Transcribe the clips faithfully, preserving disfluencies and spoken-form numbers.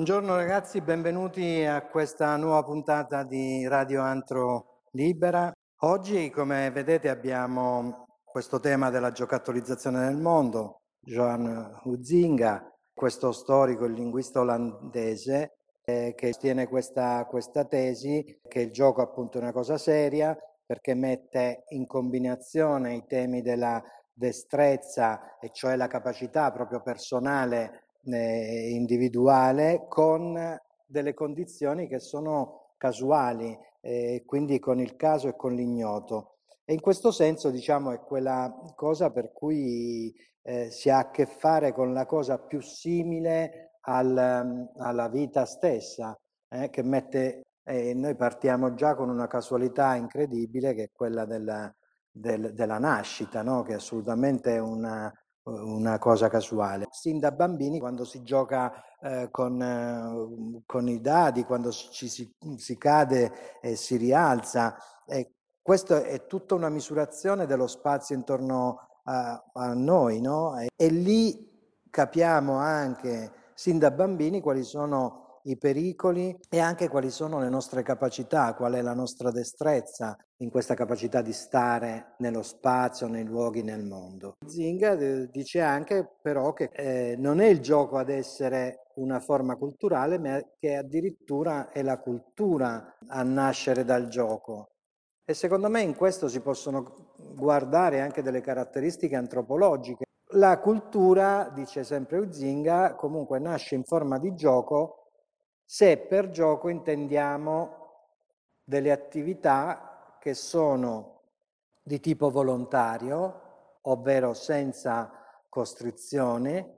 Buongiorno ragazzi, benvenuti a questa nuova puntata di Radio Antro Libera. Oggi, come vedete, abbiamo questo tema della giocattolizzazione nel mondo. Johan Huizinga, questo storico e linguista olandese, eh, che sostiene questa, questa tesi, che il gioco appunto è una cosa seria, perché mette in combinazione i temi della destrezza, e cioè la capacità proprio personale eh, individuale, con delle condizioni che sono casuali, eh, quindi con il caso e con l'ignoto. E in questo senso, diciamo, è quella cosa per cui eh, si ha a che fare con la cosa più simile al, alla vita stessa, eh, che mette, eh, noi partiamo già con una casualità incredibile, che è quella della, del, della nascita, no? Che è assolutamente una una cosa casuale. Sin da bambini, quando si gioca eh, con, eh, con i dadi, quando ci si, si cade e si rialza, e questa è tutta una misurazione dello spazio intorno a, a noi, no? E, e lì capiamo anche sin da bambini quali sono i pericoli e anche quali sono le nostre capacità, qual è la nostra destrezza in questa capacità di stare nello spazio, nei luoghi, nel mondo. Zinga eh, dice anche però che eh, non è il gioco ad essere una forma culturale, ma che addirittura è la cultura a nascere dal gioco. E secondo me in questo si possono guardare anche delle caratteristiche antropologiche. La cultura, dice sempre Huizinga, comunque nasce in forma di gioco se per gioco intendiamo delle attività che sono di tipo volontario, ovvero senza costrizione,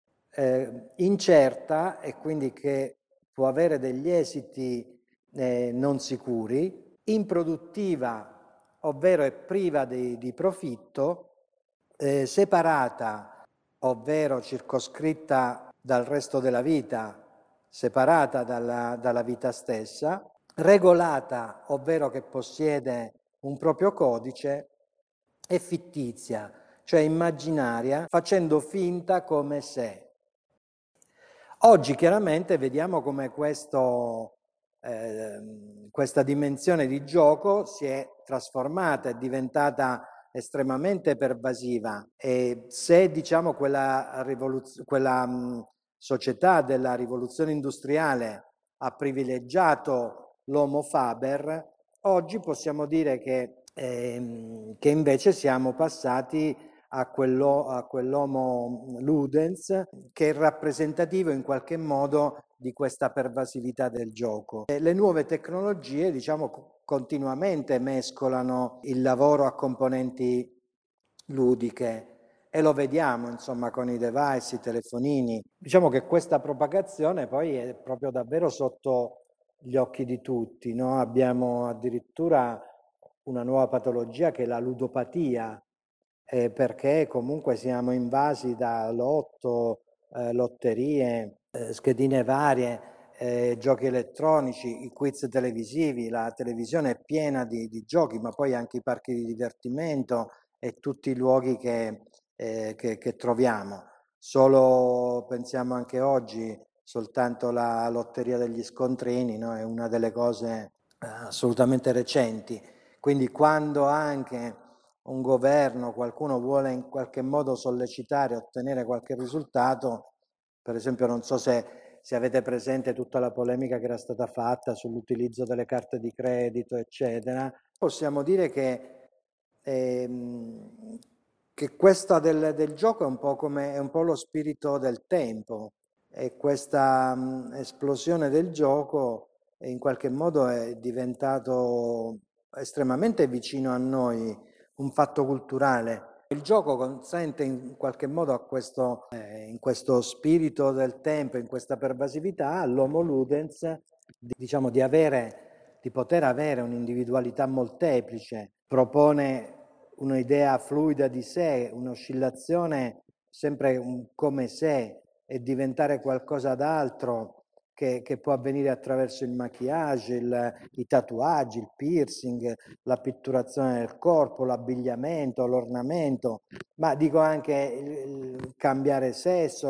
eh, incerta e quindi che può avere degli esiti eh, non sicuri, improduttiva, ovvero è priva di, di profitto, eh, separata, ovvero circoscritta dal resto della vita, separata dalla, dalla vita stessa, regolata, ovvero che possiede un proprio codice, e fittizia, cioè immaginaria, facendo finta come se. Oggi chiaramente vediamo come questo, eh, questa dimensione di gioco si è trasformata, è diventata estremamente pervasiva, e se diciamo quella, rivoluz- quella mh, società della rivoluzione industriale ha privilegiato l'homo faber, oggi possiamo dire che, ehm, che invece siamo passati a, quello, a quell'homo ludens, che è rappresentativo in qualche modo di questa pervasività del gioco. E le nuove tecnologie, diciamo, continuamente mescolano il lavoro a componenti ludiche, e lo vediamo insomma con i device, i telefonini. Diciamo che questa propagazione poi è proprio davvero sotto gli occhi di tutti, no? Abbiamo addirittura una nuova patologia che è la ludopatia, eh, perché comunque siamo invasi da lotto, eh, lotterie, eh, schedine varie, eh, giochi elettronici, i quiz televisivi. La televisione è piena di, di giochi, ma poi anche i parchi di divertimento e tutti i luoghi che, eh, che, che troviamo. Solo pensiamo anche oggi, soltanto la lotteria degli scontrini, no? È una delle cose eh, assolutamente recenti. Quindi quando anche un governo, qualcuno vuole in qualche modo sollecitare, ottenere qualche risultato, per esempio non so se, se avete presente tutta la polemica che era stata fatta sull'utilizzo delle carte di credito, eccetera, possiamo dire che, ehm, che questa del, del gioco è un po' come, è un po' lo spirito del tempo, e questa mh, esplosione del gioco in qualche modo è diventato estremamente vicino a noi, un fatto culturale. Il gioco consente in qualche modo a questo, eh, in questo spirito del tempo, in questa pervasività, all'homo ludens, di, diciamo, di, avere, di poter avere un'individualità molteplice, propone un'idea fluida di sé, un'oscillazione sempre un come se, e diventare qualcosa d'altro, che, che può avvenire attraverso il maquillage, il, i tatuaggi, il piercing, la pitturazione del corpo, l'abbigliamento, l'ornamento, ma dico anche il, il cambiare sesso,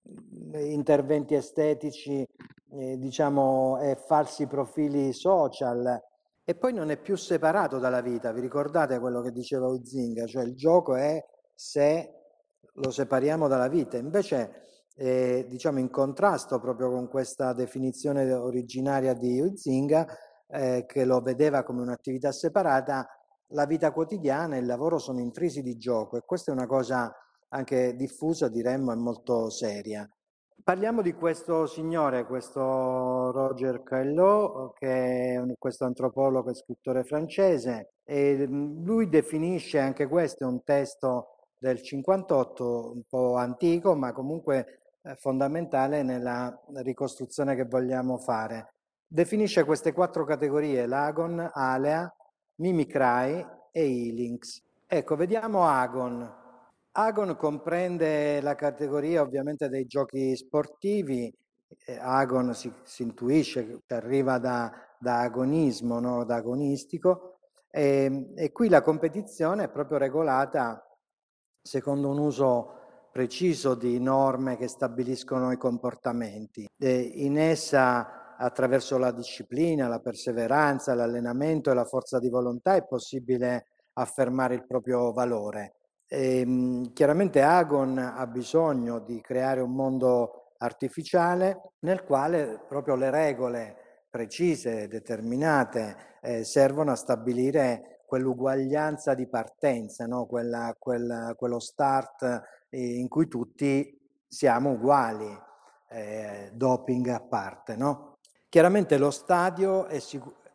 interventi estetici, eh, diciamo, e falsi profili social, e poi non è più separato dalla vita. Vi ricordate quello che diceva Huizinga? Cioè il gioco è se lo separiamo dalla vita. Invece, eh, diciamo, in contrasto proprio con questa definizione originaria di Huizinga, eh, che lo vedeva come un'attività separata, la vita quotidiana e il lavoro sono intrisi di gioco, e questa è una cosa anche diffusa, diremmo, e molto seria. Parliamo di questo signore, questo Roger Caillot, che è un, questo antropologo e scrittore francese, e lui definisce, anche questo è un testo del cinquantotto, un po' antico, ma comunque eh, fondamentale nella ricostruzione che vogliamo fare. Definisce queste quattro categorie: l'Agon, Alea, Mimicry e Healings. Ecco, vediamo Agon. Agon comprende la categoria ovviamente dei giochi sportivi. Eh, Agon si, si intuisce che arriva da, da agonismo, no? Da agonistico, e, e qui la competizione è proprio regolata secondo un uso preciso di norme che stabiliscono i comportamenti. E in essa, attraverso la disciplina, la perseveranza, l'allenamento e la forza di volontà, è possibile affermare il proprio valore. E, chiaramente Agon ha bisogno di creare un mondo artificiale nel quale proprio le regole precise, determinate, eh, servono a stabilire quell'uguaglianza di partenza, no? Quella, quella, quello start eh, in cui tutti siamo uguali, eh, doping a parte, no? Chiaramente lo stadio è,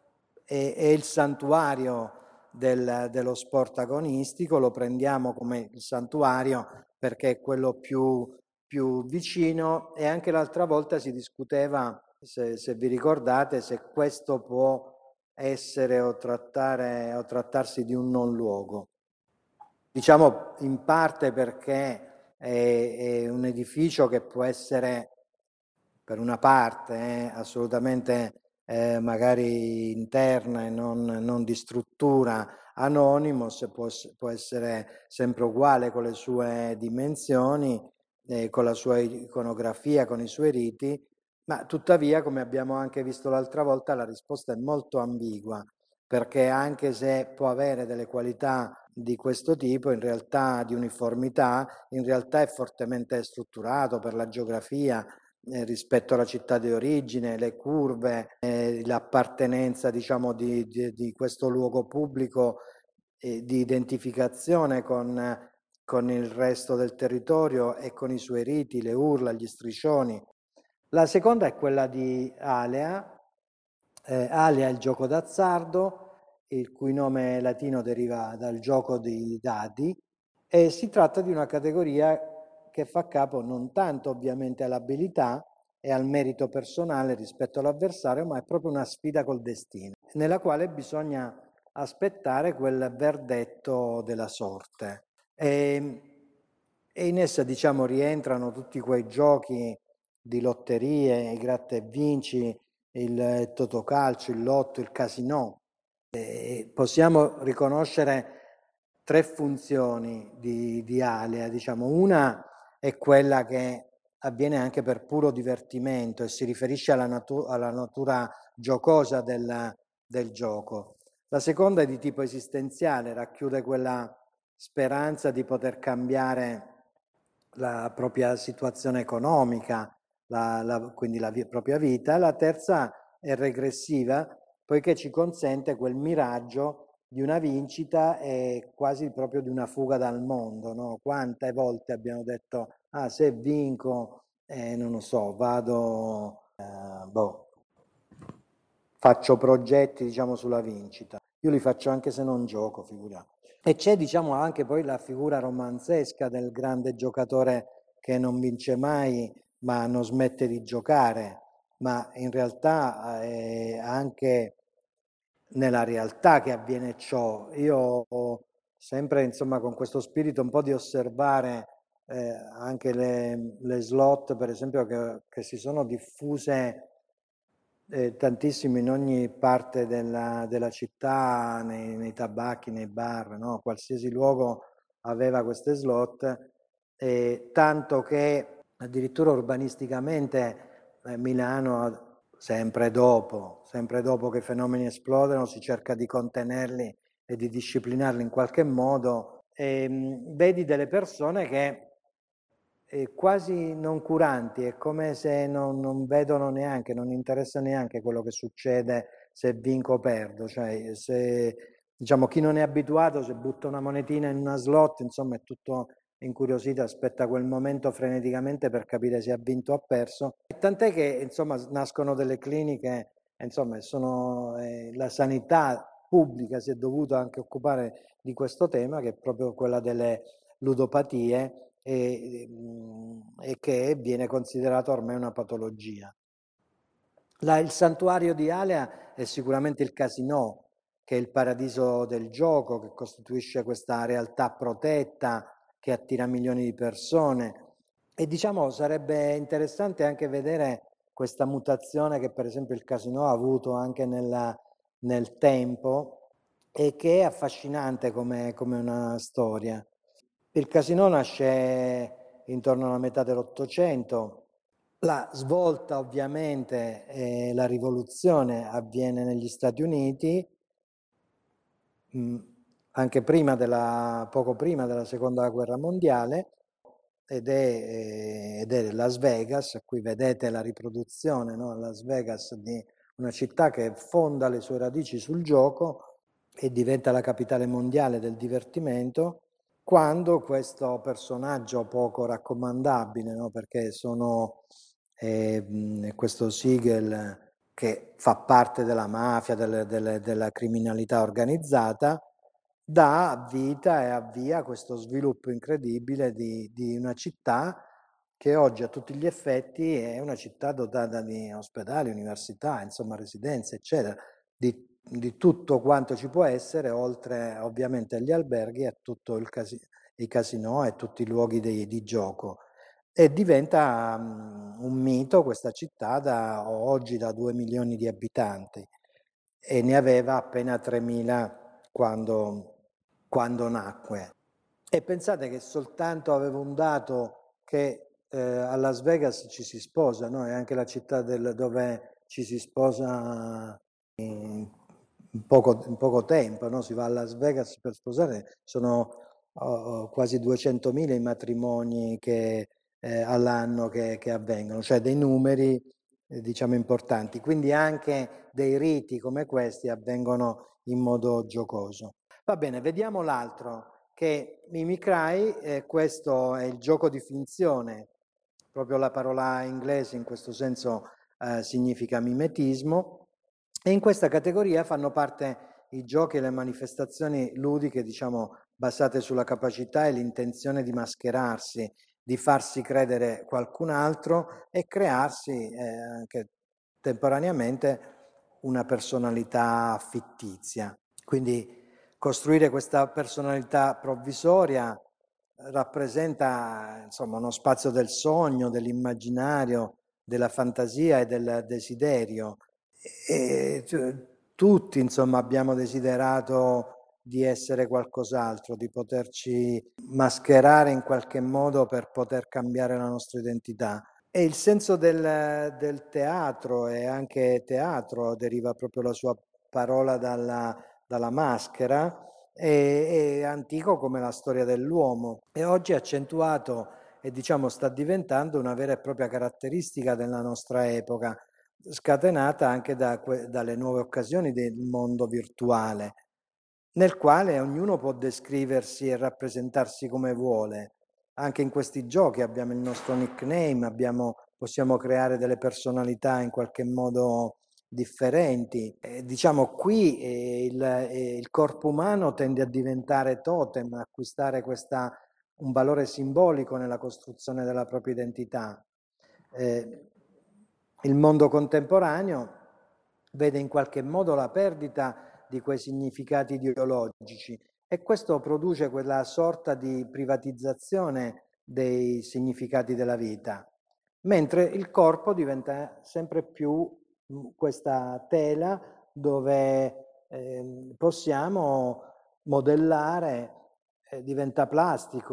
è, è il santuario del, dello sport agonistico, lo prendiamo come il santuario perché è quello più, più vicino, e anche l'altra volta si discuteva, se, se vi ricordate, se questo può essere o, trattare, o trattarsi di un non luogo. Diciamo in parte perché è, è un edificio che può essere per una parte eh, assolutamente eh, magari interna e non, non di struttura, Anonymous può, può essere sempre uguale con le sue dimensioni, eh, con la sua iconografia, con i suoi riti, ma tuttavia, come abbiamo anche visto l'altra volta, la risposta è molto ambigua, perché anche se può avere delle qualità di questo tipo, in realtà di uniformità, in realtà è fortemente strutturato per la geografia, eh, rispetto alla città di origine, le curve, eh, l'appartenenza, diciamo, di, di, di questo luogo pubblico, eh, di identificazione con, con il resto del territorio e con i suoi riti, le urla, gli striscioni. La seconda è quella di Alea. Eh, Alea è il gioco d'azzardo, il cui nome latino deriva dal gioco di dadi, e si tratta di una categoria che fa capo non tanto ovviamente all'abilità e al merito personale rispetto all'avversario, ma è proprio una sfida col destino, nella quale bisogna aspettare quel verdetto della sorte. E, e in essa, diciamo, rientrano tutti quei giochi di lotterie, i gratta e vinci, il totocalcio, il lotto, il casinò. E possiamo riconoscere tre funzioni di, di Alea, diciamo. Una è quella che avviene anche per puro divertimento e si riferisce alla, natu- alla natura giocosa del, del gioco. La seconda è di tipo esistenziale, racchiude quella speranza di poter cambiare la propria situazione economica, la, la, quindi la vi- propria vita. La terza è regressiva, poiché ci consente quel miraggio di una vincita e quasi proprio di una fuga dal mondo, no? Quante volte abbiamo detto, ah, se vinco, eh, non lo so, vado, eh, boh, faccio progetti, diciamo, sulla vincita. Io li faccio anche se non gioco, figuriamo. E c'è, diciamo, anche poi la figura romanzesca del grande giocatore che non vince mai, ma non smette di giocare, ma in realtà è anche nella realtà che avviene ciò. Io ho sempre, insomma, con questo spirito un po' di osservare eh, anche le, le slot, per esempio, che, che si sono diffuse eh, tantissimo in ogni parte della, della città, nei, nei tabacchi, nei bar, no? Qualsiasi luogo aveva queste slot, eh, tanto che addirittura urbanisticamente eh, Milano, sempre dopo, sempre dopo che i fenomeni esplodono, si cerca di contenerli e di disciplinarli in qualche modo. E, mh, vedi delle persone che eh, quasi non curanti, è come se non, non vedono neanche, non interessa neanche quello che succede se vinco o perdo, cioè se diciamo chi non è abituato, se butta una monetina in una slot, insomma è tutto incuriosito, aspetta quel momento freneticamente per capire se ha vinto o ha perso. E tant'è che insomma nascono delle cliniche, insomma sono, eh, la sanità pubblica si è dovuta anche occupare di questo tema, che è proprio quella delle ludopatie, e, e che viene considerato ormai una patologia. La, il santuario di Alea è sicuramente il casinò, che è il paradiso del gioco, che costituisce questa realtà protetta che attira milioni di persone. E diciamo sarebbe interessante anche vedere questa mutazione che per esempio il casinò ha avuto anche nella, nel tempo, e che è affascinante come, come una storia. Il casinò nasce intorno alla metà dell'Ottocento. La svolta ovviamente e la rivoluzione avviene negli Stati Uniti, mh, anche prima della, poco prima della Seconda Guerra Mondiale, ed è, eh, ed è Las Vegas. Qui vedete la riproduzione, no? Las Vegas, di una città che fonda le sue radici sul gioco e diventa la capitale mondiale del divertimento, quando questo personaggio poco raccomandabile, no? Perché sono eh, questo Siegel che fa parte della mafia, delle, delle, della criminalità organizzata, dà vita e avvia questo sviluppo incredibile di, di una città che oggi a tutti gli effetti è una città dotata di ospedali, università, insomma residenze, eccetera, di, di tutto quanto ci può essere, oltre ovviamente agli alberghi, a tutto il casi, i casinò e tutti i luoghi di, di gioco. E diventa um, un mito questa città da, oggi da due milioni di abitanti, e ne aveva appena tremila quando, quando nacque. E pensate che soltanto avevo un dato che eh, a Las Vegas ci si sposa, no? È anche la città del, dove ci si sposa in, in, poco, in poco tempo, no? Si va a Las Vegas per sposare, sono oh, quasi duecentomila i matrimoni che, eh, all'anno che, che avvengono, cioè dei numeri eh, diciamo importanti. Quindi anche dei riti come questi avvengono in modo giocoso. Va bene, vediamo l'altro, che Mimicry, eh, questo è il gioco di finzione, proprio la parola inglese in questo senso eh, significa mimetismo, e in questa categoria fanno parte i giochi e le manifestazioni ludiche, diciamo, basate sulla capacità e l'intenzione di mascherarsi, di farsi credere qualcun altro e crearsi eh, anche temporaneamente una personalità fittizia. Quindi costruire questa personalità provvisoria rappresenta insomma uno spazio del sogno, dell'immaginario, della fantasia e del desiderio. E tutti insomma abbiamo desiderato di essere qualcos'altro, di poterci mascherare in qualche modo per poter cambiare la nostra identità. E il senso del, del teatro, e anche teatro deriva proprio la sua parola dalla, dalla maschera, è, è antico come la storia dell'uomo, e oggi è accentuato e diciamo sta diventando una vera e propria caratteristica della nostra epoca, scatenata anche da, dalle nuove occasioni del mondo virtuale, nel quale ognuno può descriversi e rappresentarsi come vuole. Anche in questi giochi abbiamo il nostro nickname, abbiamo, possiamo creare delle personalità in qualche modo differenti. Eh, diciamo qui eh, il, eh, il corpo umano tende a diventare totem, a acquistare questa, un valore simbolico nella costruzione della propria identità. Eh, il mondo contemporaneo vede in qualche modo la perdita di quei significati ideologici, e questo produce quella sorta di privatizzazione dei significati della vita, mentre il corpo diventa sempre più questa tela dove eh, possiamo modellare, eh, diventa plastico,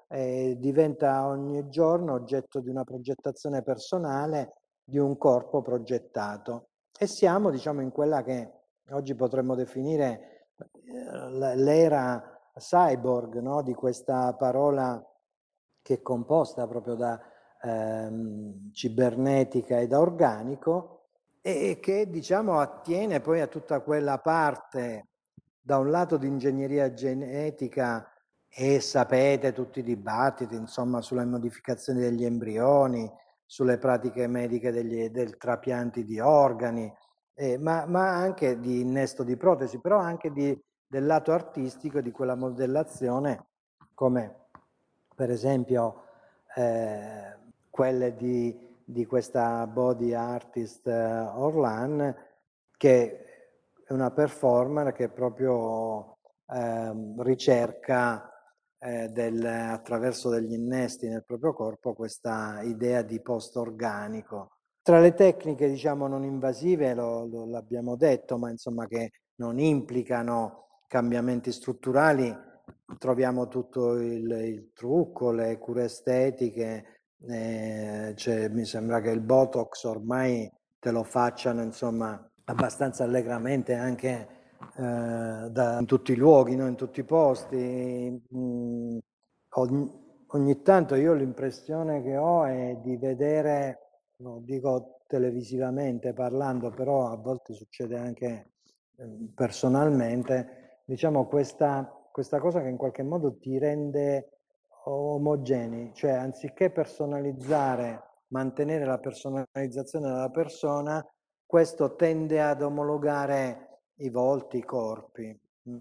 eh, diventa ogni giorno oggetto di una progettazione personale di un corpo progettato. E siamo, diciamo, in quella che oggi potremmo definire eh, l'era cyborg, no? Di questa parola che è composta proprio da ehm, cibernetica e da organico, e che, diciamo, attiene poi a tutta quella parte, da un lato, di ingegneria genetica, e sapete tutti i dibattiti, insomma, sulle modificazioni degli embrioni, sulle pratiche mediche degli, del trapianti di organi, eh, ma, ma anche di innesto di protesi, però anche di, del lato artistico, di quella modellazione, come per esempio eh, quelle di, di questa body artist eh, Orlan, che è una performer che proprio eh, ricerca eh, del, attraverso degli innesti nel proprio corpo questa idea di post organico. Tra le tecniche, diciamo, non invasive, lo, lo, l'abbiamo detto, ma insomma che non implicano cambiamenti strutturali, troviamo tutto il, il trucco, le cure estetiche, eh, cioè, mi sembra che il Botox ormai te lo facciano, insomma, abbastanza allegramente anche eh, da, in tutti i luoghi, no? In tutti i posti. Mm, ogni, ogni tanto io l'impressione che ho è di vedere, non dico televisivamente parlando, però a volte succede anche eh, personalmente, diciamo questa, questa cosa che in qualche modo ti rende omogenei, cioè anziché personalizzare, mantenere la personalizzazione della persona, questo tende ad omologare i volti, i corpi.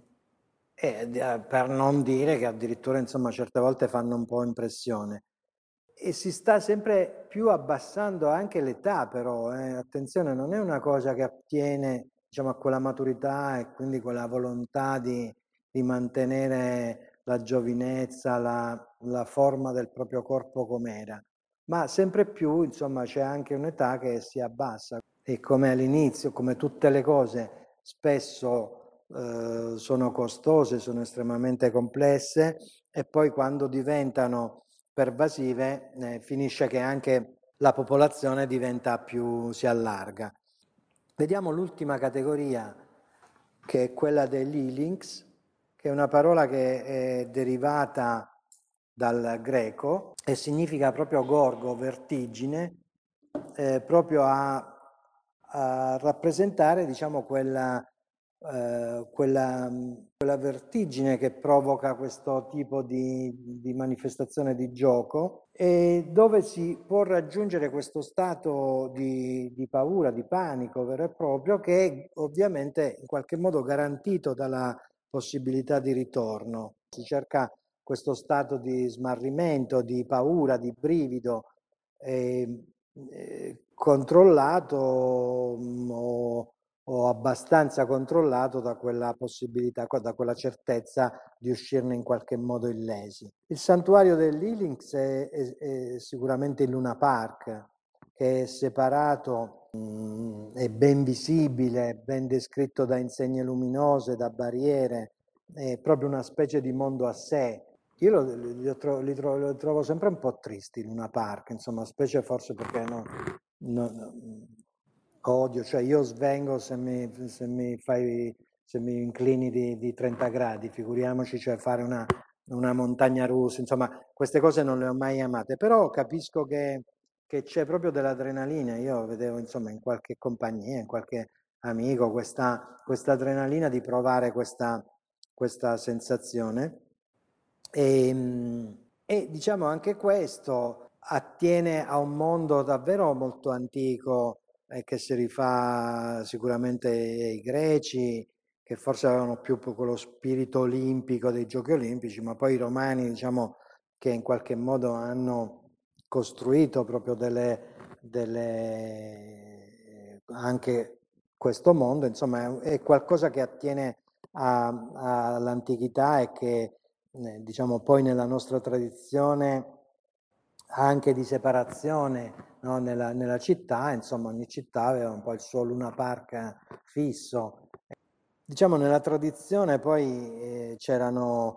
E per non dire che addirittura, insomma, certe volte fanno un po' impressione. E si sta sempre più abbassando anche l'età, però, eh. Attenzione, non è una cosa che attiene, diciamo, a quella maturità e quindi quella volontà di, di mantenere la giovinezza, la, la forma del proprio corpo com'era, ma sempre più, insomma, c'è anche un'età che si abbassa. E come all'inizio, come tutte le cose, spesso eh, sono costose, sono estremamente complesse, e poi quando diventano pervasive eh, finisce che anche la popolazione diventa più, si allarga. Vediamo l'ultima categoria, che è quella degli healings, che è una parola che è derivata dal greco e significa proprio gorgo, vertigine, eh, proprio a, a rappresentare, diciamo, quella, eh, quella, quella vertigine che provoca questo tipo di, di manifestazione di gioco, e dove si può raggiungere questo stato di, di paura, di panico vero e proprio, che è ovviamente in qualche modo garantito dalla possibilità di ritorno. Si cerca questo stato di smarrimento, di paura, di brivido, eh, eh, controllato mh, o, o abbastanza controllato da quella possibilità, da quella certezza di uscirne in qualche modo illesi. Il santuario dell'Healings è, è, è sicuramente il Luna Park, che è separato, mh, è ben visibile, ben descritto da insegne luminose, da barriere, è proprio una specie di mondo a sé. Io lo, li, trovo, li, trovo, li trovo sempre un po' tristi in Luna Park, insomma, specie forse perché no, no, no, odio, cioè io svengo se mi, se mi fai, se mi inclini di, di trenta gradi, figuriamoci, cioè fare una, una montagna russa, insomma, queste cose non le ho mai amate, però capisco che, che c'è proprio dell'adrenalina. Io vedevo, insomma, in qualche compagnia, in qualche amico, questa, questa adrenalina di provare questa, questa sensazione. E, e diciamo anche questo attiene a un mondo davvero molto antico, eh, che si rifà sicuramente ai greci, che forse avevano più quello spirito olimpico dei giochi olimpici, ma poi i romani, diciamo, che in qualche modo hanno costruito proprio delle, delle anche questo mondo, insomma, è, è qualcosa che attiene all'antichità e che eh, diciamo poi nella nostra tradizione anche di separazione, no? nella, nella città, insomma ogni città aveva un po' il suo Luna Park fisso. Diciamo nella tradizione poi eh, c'erano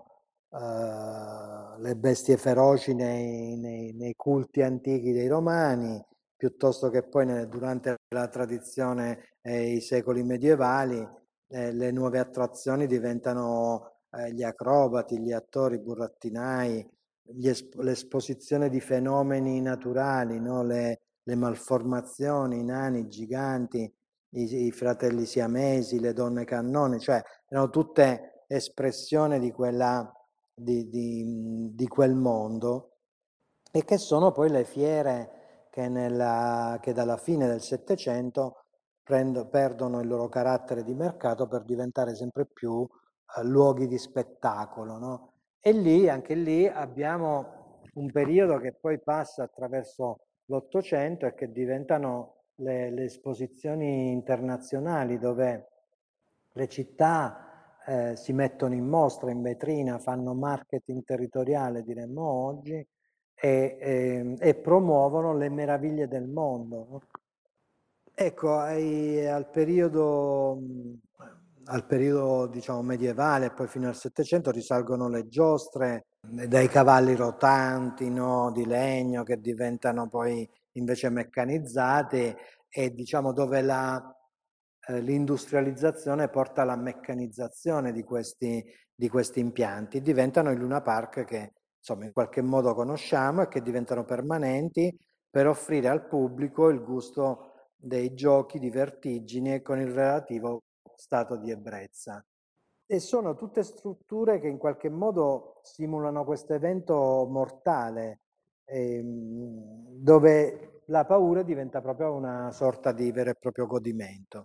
uh, le bestie feroci nei, nei, nei culti antichi dei Romani, piuttosto che poi nel, durante la tradizione e i secoli medievali eh, le nuove attrazioni diventano eh, gli acrobati, gli attori, i burattinai, esp- l'esposizione di fenomeni naturali, no? le, le malformazioni, i nani, i giganti, i, i fratelli siamesi, le donne cannone, cioè erano tutte espressione di, quella, di, di, di quel mondo, e che sono poi le fiere che, nella, che dalla fine del Settecento prendo, perdono il loro carattere di mercato per diventare sempre più eh, luoghi di spettacolo, no? E lì, anche lì, abbiamo un periodo che poi passa attraverso l'Ottocento e che diventano le, le esposizioni internazionali, dove le città eh, si mettono in mostra, in vetrina, fanno marketing territoriale, diremmo oggi, e, e, e promuovono le meraviglie del mondo, no? Ecco, ai, al periodo, mh, al periodo diciamo medievale e poi fino al Settecento risalgono le giostre eh, dai cavalli rotanti, no, di legno, che diventano poi invece meccanizzati, e diciamo dove la, eh, l'industrializzazione porta alla meccanizzazione di questi, di questi impianti. Diventano i Luna Park che insomma in qualche modo conosciamo e che diventano permanenti per offrire al pubblico il gusto dei giochi di vertigine con il relativo stato di ebbrezza. E sono tutte strutture che in qualche modo simulano questo evento mortale, ehm, dove la paura diventa proprio una sorta di vero e proprio godimento.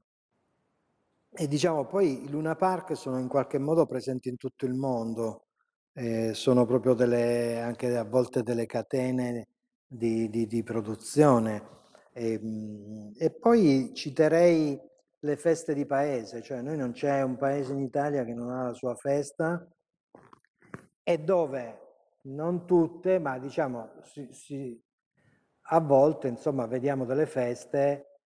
E diciamo poi i Luna Park sono in qualche modo presenti in tutto il mondo, eh, sono proprio delle, anche a volte delle catene di, di, di produzione. E, mh, e poi citerei le feste di paese, cioè noi non c'è un paese in Italia che non ha la sua festa, e dove non tutte, ma diciamo si, si- a volte insomma vediamo delle feste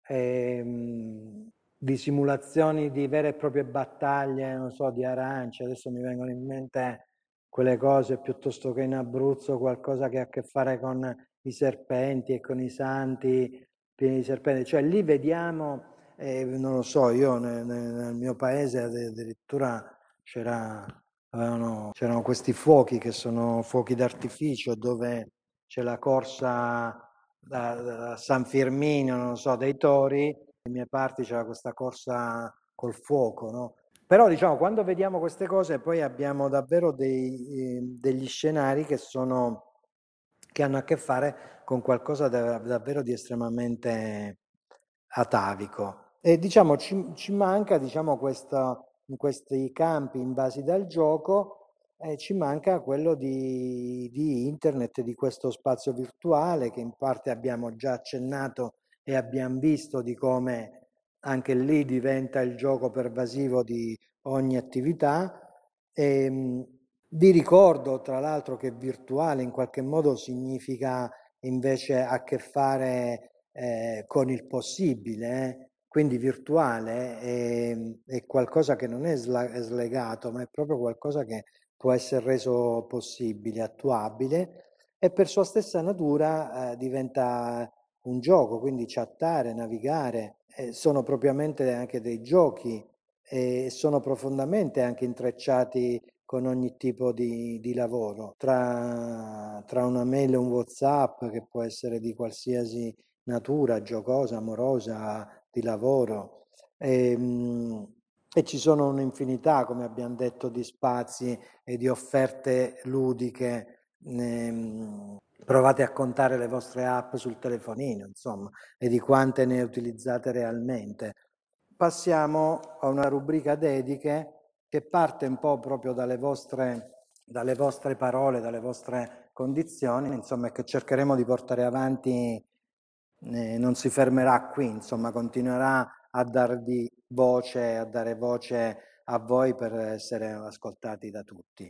ehm, di simulazioni di vere e proprie battaglie, non so, di arance. Adesso mi vengono in mente quelle cose, piuttosto che in Abruzzo qualcosa che ha a che fare con i serpenti e con i santi pieni di serpenti, cioè lì vediamo, eh, non lo so, io nel, nel mio paese addirittura c'era, avevano, c'erano questi fuochi che sono fuochi d'artificio, dove c'è la corsa da, da San Firmino, non so, dei tori, dalle mie parti c'era questa corsa col fuoco, no? Però diciamo, quando vediamo queste cose poi abbiamo davvero dei, eh, degli scenari che sono, che hanno a che fare con qualcosa da, davvero di estremamente atavico. E diciamo, ci, ci manca, diciamo, questo, in questi campi invasi dal gioco, eh, ci manca quello di, di internet, di questo spazio virtuale che in parte abbiamo già accennato e abbiamo visto di come anche lì diventa il gioco pervasivo di ogni attività. E, mh, vi ricordo tra l'altro che virtuale in qualche modo significa invece a che fare eh, con il possibile, eh. Quindi virtuale è, è qualcosa che non è, sla- è slegato, ma è proprio qualcosa che può essere reso possibile, attuabile, e per sua stessa natura eh, diventa un gioco, quindi chattare, navigare, eh, sono propriamente anche dei giochi e sono profondamente anche intrecciati con ogni tipo di, di lavoro, tra, tra una mail e un WhatsApp che può essere di qualsiasi natura, giocosa, amorosa, di lavoro. E, mh, e ci sono un'infinità, come abbiamo detto, di spazi e di offerte ludiche. ehm, Provate a contare le vostre app sul telefonino, insomma, e di quante ne utilizzate realmente. Passiamo a una rubrica dediche che parte un po' proprio dalle vostre, dalle vostre parole, dalle vostre condizioni, insomma, e che cercheremo di portare avanti, eh, non si fermerà qui, insomma, continuerà a darvi voce, a dare voce a voi per essere ascoltati da tutti.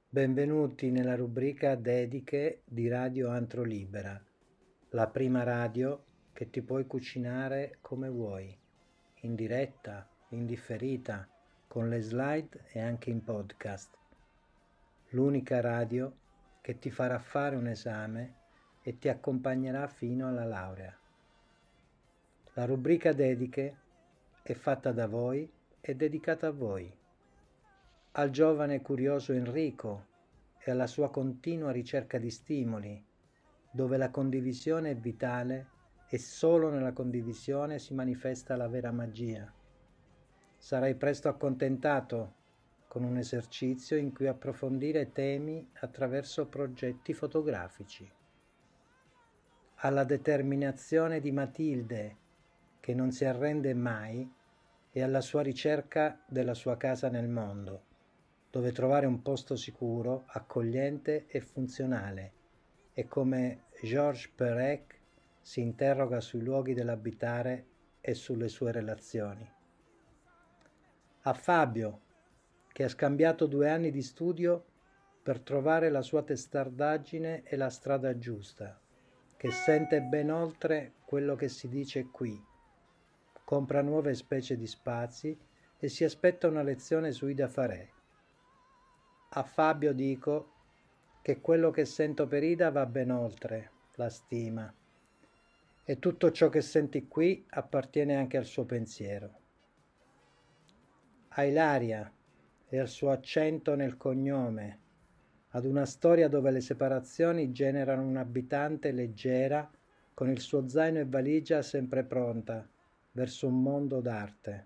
Benvenuti nella rubrica Dediche di Radio Antro Libera, la prima radio che ti puoi cucinare come vuoi, in diretta, in differita, con le slide e anche in podcast. L'unica radio che ti farà fare un esame e ti accompagnerà fino alla laurea. La rubrica Dediche è fatta da voi e dedicata a voi, al giovane curioso Enrico e alla sua continua ricerca di stimoli, dove la condivisione è vitale e solo nella condivisione si manifesta la vera magia. Sarai presto accontentato con un esercizio in cui approfondire temi attraverso progetti fotografici. Alla determinazione di Matilde, che non si arrende mai, e alla sua ricerca della sua casa nel mondo, dove trovare un posto sicuro, accogliente e funzionale, e come Georges Perec si interroga sui luoghi dell'abitare e sulle sue relazioni. A Fabio, che ha scambiato due anni di studio per trovare la sua testardaggine e la strada giusta, che sente ben oltre quello che si dice qui, compra nuove specie di spazi e si aspetta una lezione su Ida Farè. A Fabio dico che quello che sento per Ida va ben oltre la stima e tutto ciò che senti qui appartiene anche al suo pensiero. A Ilaria e al suo accento nel cognome, ad una storia dove le separazioni generano un'abitante leggera con il suo zaino e valigia sempre pronta verso un mondo d'arte.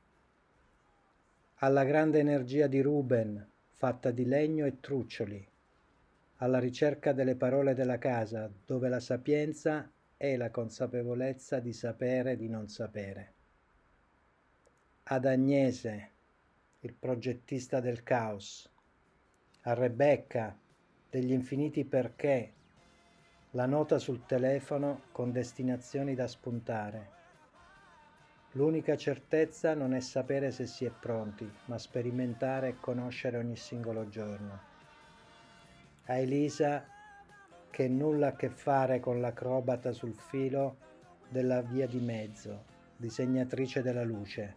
Alla grande energia di Ruben, fatta di legno e truccioli, alla ricerca delle parole della casa, dove la sapienza è la consapevolezza di sapere e di non sapere. Ad Agnese, il progettista del caos, a Rebecca, degli infiniti perché, la nota sul telefono con destinazioni da spuntare. L'unica certezza non è sapere se si è pronti, ma sperimentare e conoscere ogni singolo giorno. A Elisa, che nulla a che fare con l'acrobata sul filo della via di mezzo, disegnatrice della luce.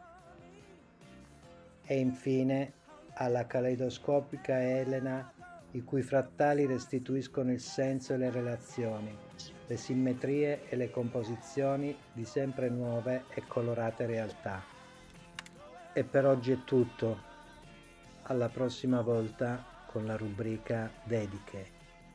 E infine alla caleidoscopica Elena, i cui frattali restituiscono il senso e le relazioni, le simmetrie e le composizioni di sempre nuove e colorate realtà. E per oggi è tutto. Alla prossima volta con la rubrica Dediche.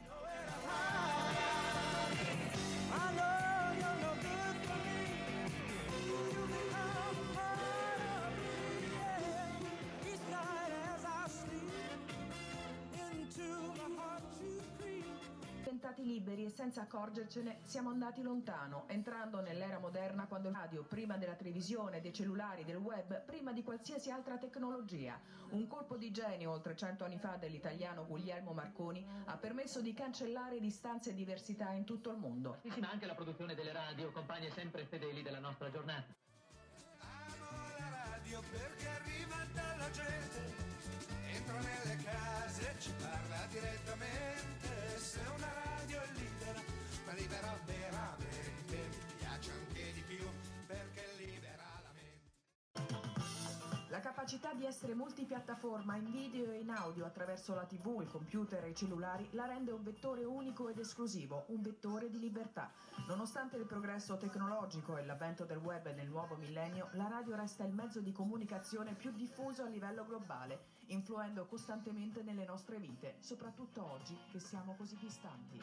Liberi e senza accorgercene siamo andati lontano, entrando nell'era moderna quando il radio, prima della televisione, dei cellulari, del web, prima di qualsiasi altra tecnologia. Un colpo di genio oltre cento anni fa dell'italiano Guglielmo Marconi ha permesso di cancellare distanze e diversità in tutto il mondo. Ma anche la produzione delle radio, compagne sempre fedeli della nostra giornata. Amo la radio perché arriva dalla gente, entra nelle case, ci parla direttamente. Se una radio è libera, ma libera veramente, mi piace anche di più perché libera la mente. La capacità di essere multipiattaforma in video e in audio attraverso la tivù, il computer e i cellulari la rende un vettore unico ed esclusivo, un vettore di libertà. Nonostante il progresso tecnologico e l'avvento del web nel nuovo millennio, la radio resta il mezzo di comunicazione più diffuso a livello globale, influendo costantemente nelle nostre vite, soprattutto oggi che siamo così distanti.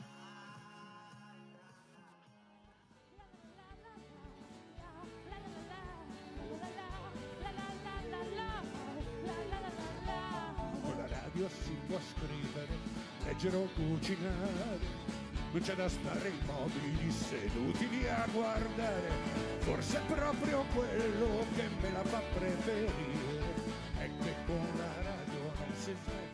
Con la radio si può scrivere, leggere o cucinare, non c'è da stare immobili seduti lì a guardare, forse è proprio quello che me la fa preferire, è che con la radio non si sveglia.